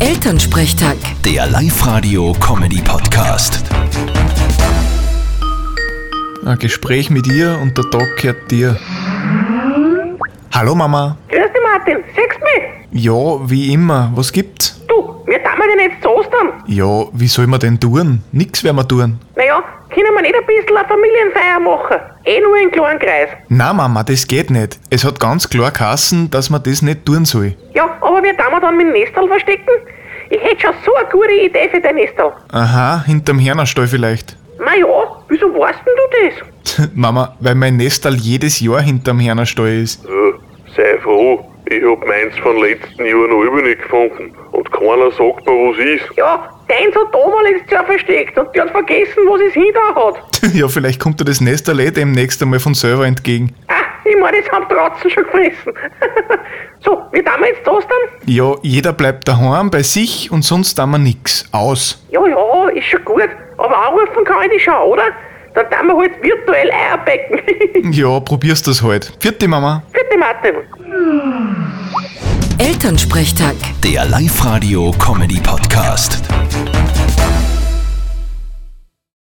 Elternsprechtag. Der Live-Radio-Comedy-Podcast. Ein Gespräch mit ihr und der Tag gehört dir. Hallo Mama. Grüß dich, Martin. Siehst du mich? Ja, wie immer. Was gibt's? Du, wir tun denn jetzt zu Ostern. Ja, wie soll man denn tun? Nix werden wir tun. Naja, können wir nicht ein bisschen eine Familienfeier machen? Nur in kleinen Kreis. Na Mama, das geht nicht. Es hat ganz klar geheißen, dass man das nicht tun soll. Ja, aber wie tun wir dann mit dem Nestal verstecken? Ich hätte schon so eine gute Idee für dein Nestal. Aha, hinterm Hörnerstall vielleicht. Naja, wieso weißt denn du das? Mama, weil mein Nestal jedes Jahr hinterm Hörnerstall ist. Ja, sei froh, ich hab meins von letzten Jahr noch immer nicht gefunden. Und keiner sagt mir, was ist. Ja, deins hat damals letztes Jahr versteckt und die hat vergessen, was es hinter hat. Ja, vielleicht kommt dir das Nestal demnächst einmal von selber entgegen. Ich meine, das haben Tratzen schon gefressen. So, wie tun wir jetzt zu Ostern? Ja, jeder bleibt daheim bei sich und sonst tun wir nix. Aus. Ja, ist schon gut. Aber anrufen kann ich dich schon, oder? Dann tun wir halt virtuell Eierbecken. Ja, probierst das halt. Vierte Mama. Bitte, Martin. Elternsprechtag. Der Live-Radio-Comedy-Podcast.